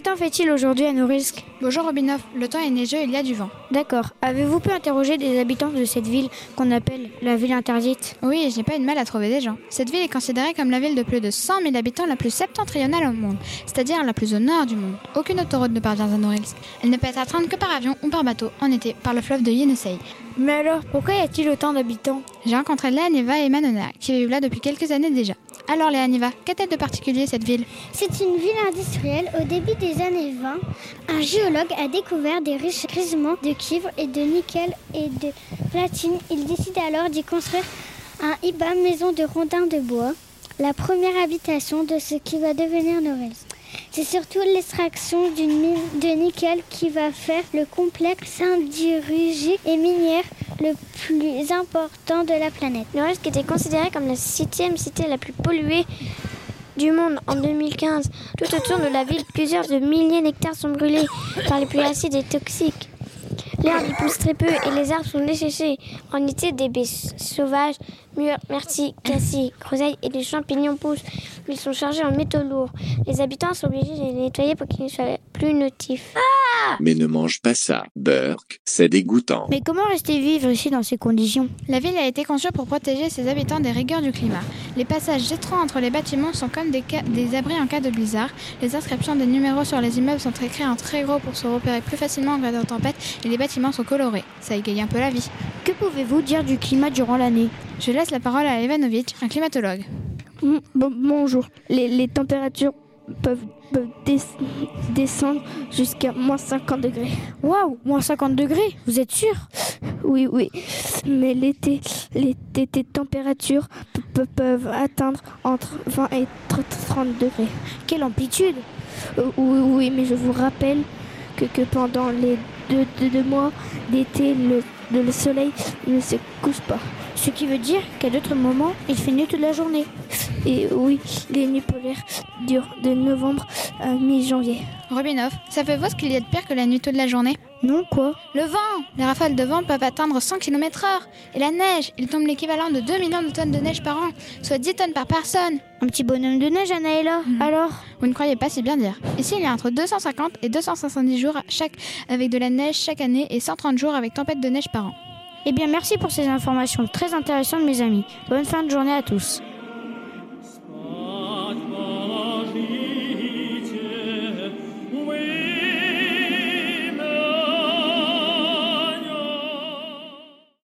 Quel temps fait-il aujourd'hui à Norilsk ? Bonjour Robinov, le temps est neigeux et il y a du vent. D'accord. Avez-vous pu interroger des habitants de cette ville qu'on appelle la ville interdite ? Oui, je n'ai pas eu de mal à trouver des gens. Cette ville est considérée comme la ville de plus de 100 000 habitants la plus septentrionale au monde, c'est-à-dire la plus au nord du monde. Aucune autoroute ne parvient à Norilsk. Elle ne peut être atteinte que par avion ou par bateau en été par le fleuve de Yenisei. Mais alors, pourquoi y a-t-il autant d'habitants ? J'ai rencontré Léa Niva et Manona qui vivent là depuis quelques années déjà. Alors Léa Niva, qu'a-t-elle de particulier cette ville ? C'est une ville industrielle. Au début des années 20, un géologue a découvert des riches gisements de cuivre et de nickel et de platine. Il décide alors d'y construire un IBA, maison de rondins de bois, la première habitation de ce qui va devenir Norilsk. C'est surtout l'extraction d'une mine de nickel qui va faire le complexe sidérurgique et minière le plus important de la planète. Norilsk était considérée comme la 7e cité la plus polluée du monde en 2015. Tout autour de la ville, plusieurs de milliers d'hectares sont brûlés par les pluies acides et toxiques. L'herbe y pousse très peu et les arbres sont desséchés. En été, des baies sauvages, mûres, myrtilles, cassis, groseilles et des champignons poussent. Ils sont chargés en métaux lourds. Les habitants sont obligés de les nettoyer pour qu'ils ne soient plus nocifs. Mais ne mange pas ça, Burke, c'est dégoûtant. Mais comment rester vivre ici dans ces conditions ? La ville a été conçue pour protéger ses habitants des rigueurs du climat. Les passages étroits entre les bâtiments sont comme des abris en cas de blizzard. Les inscriptions des numéros sur les immeubles sont écrits en très gros pour se repérer plus facilement en cas de tempête et les bâtiments sont colorés. Ça égaye un peu la vie. Que pouvez-vous dire du climat durant l'année ? Je laisse la parole à Ivanovic, un climatologue. Bonjour. Les températures peuvent descendre jusqu'à moins 50 degrés. Waouh, moins 50 degrés, vous êtes sûr ? Oui. Mais l'été, les températures peuvent atteindre entre 20 et 30 degrés. Quelle amplitude ! Oui, mais je vous rappelle que pendant les deux mois d'été, le soleil ne se couche pas. Ce qui veut dire qu'à d'autres moments, il fait nuit toute la journée. Et oui, les nuits polaires durent de novembre à mi-janvier. Robinov, savez-vous ce qu'il y a de pire que la nuit toute la journée ? Non, quoi ? Le vent ! Les rafales de vent peuvent atteindre 100 km/h. Et la neige, il tombe l'équivalent de 2 millions de tonnes de neige par an, soit 10 tonnes par personne. Un petit bonhomme de neige, Anaëlla. Alors ? Vous ne croyez pas si bien dire. Ici, il y a entre 250 et 270 jours avec de la neige chaque année et 130 jours avec tempête de neige par an. Eh bien, merci pour ces informations très intéressantes, mes amis. Bonne fin de journée à tous.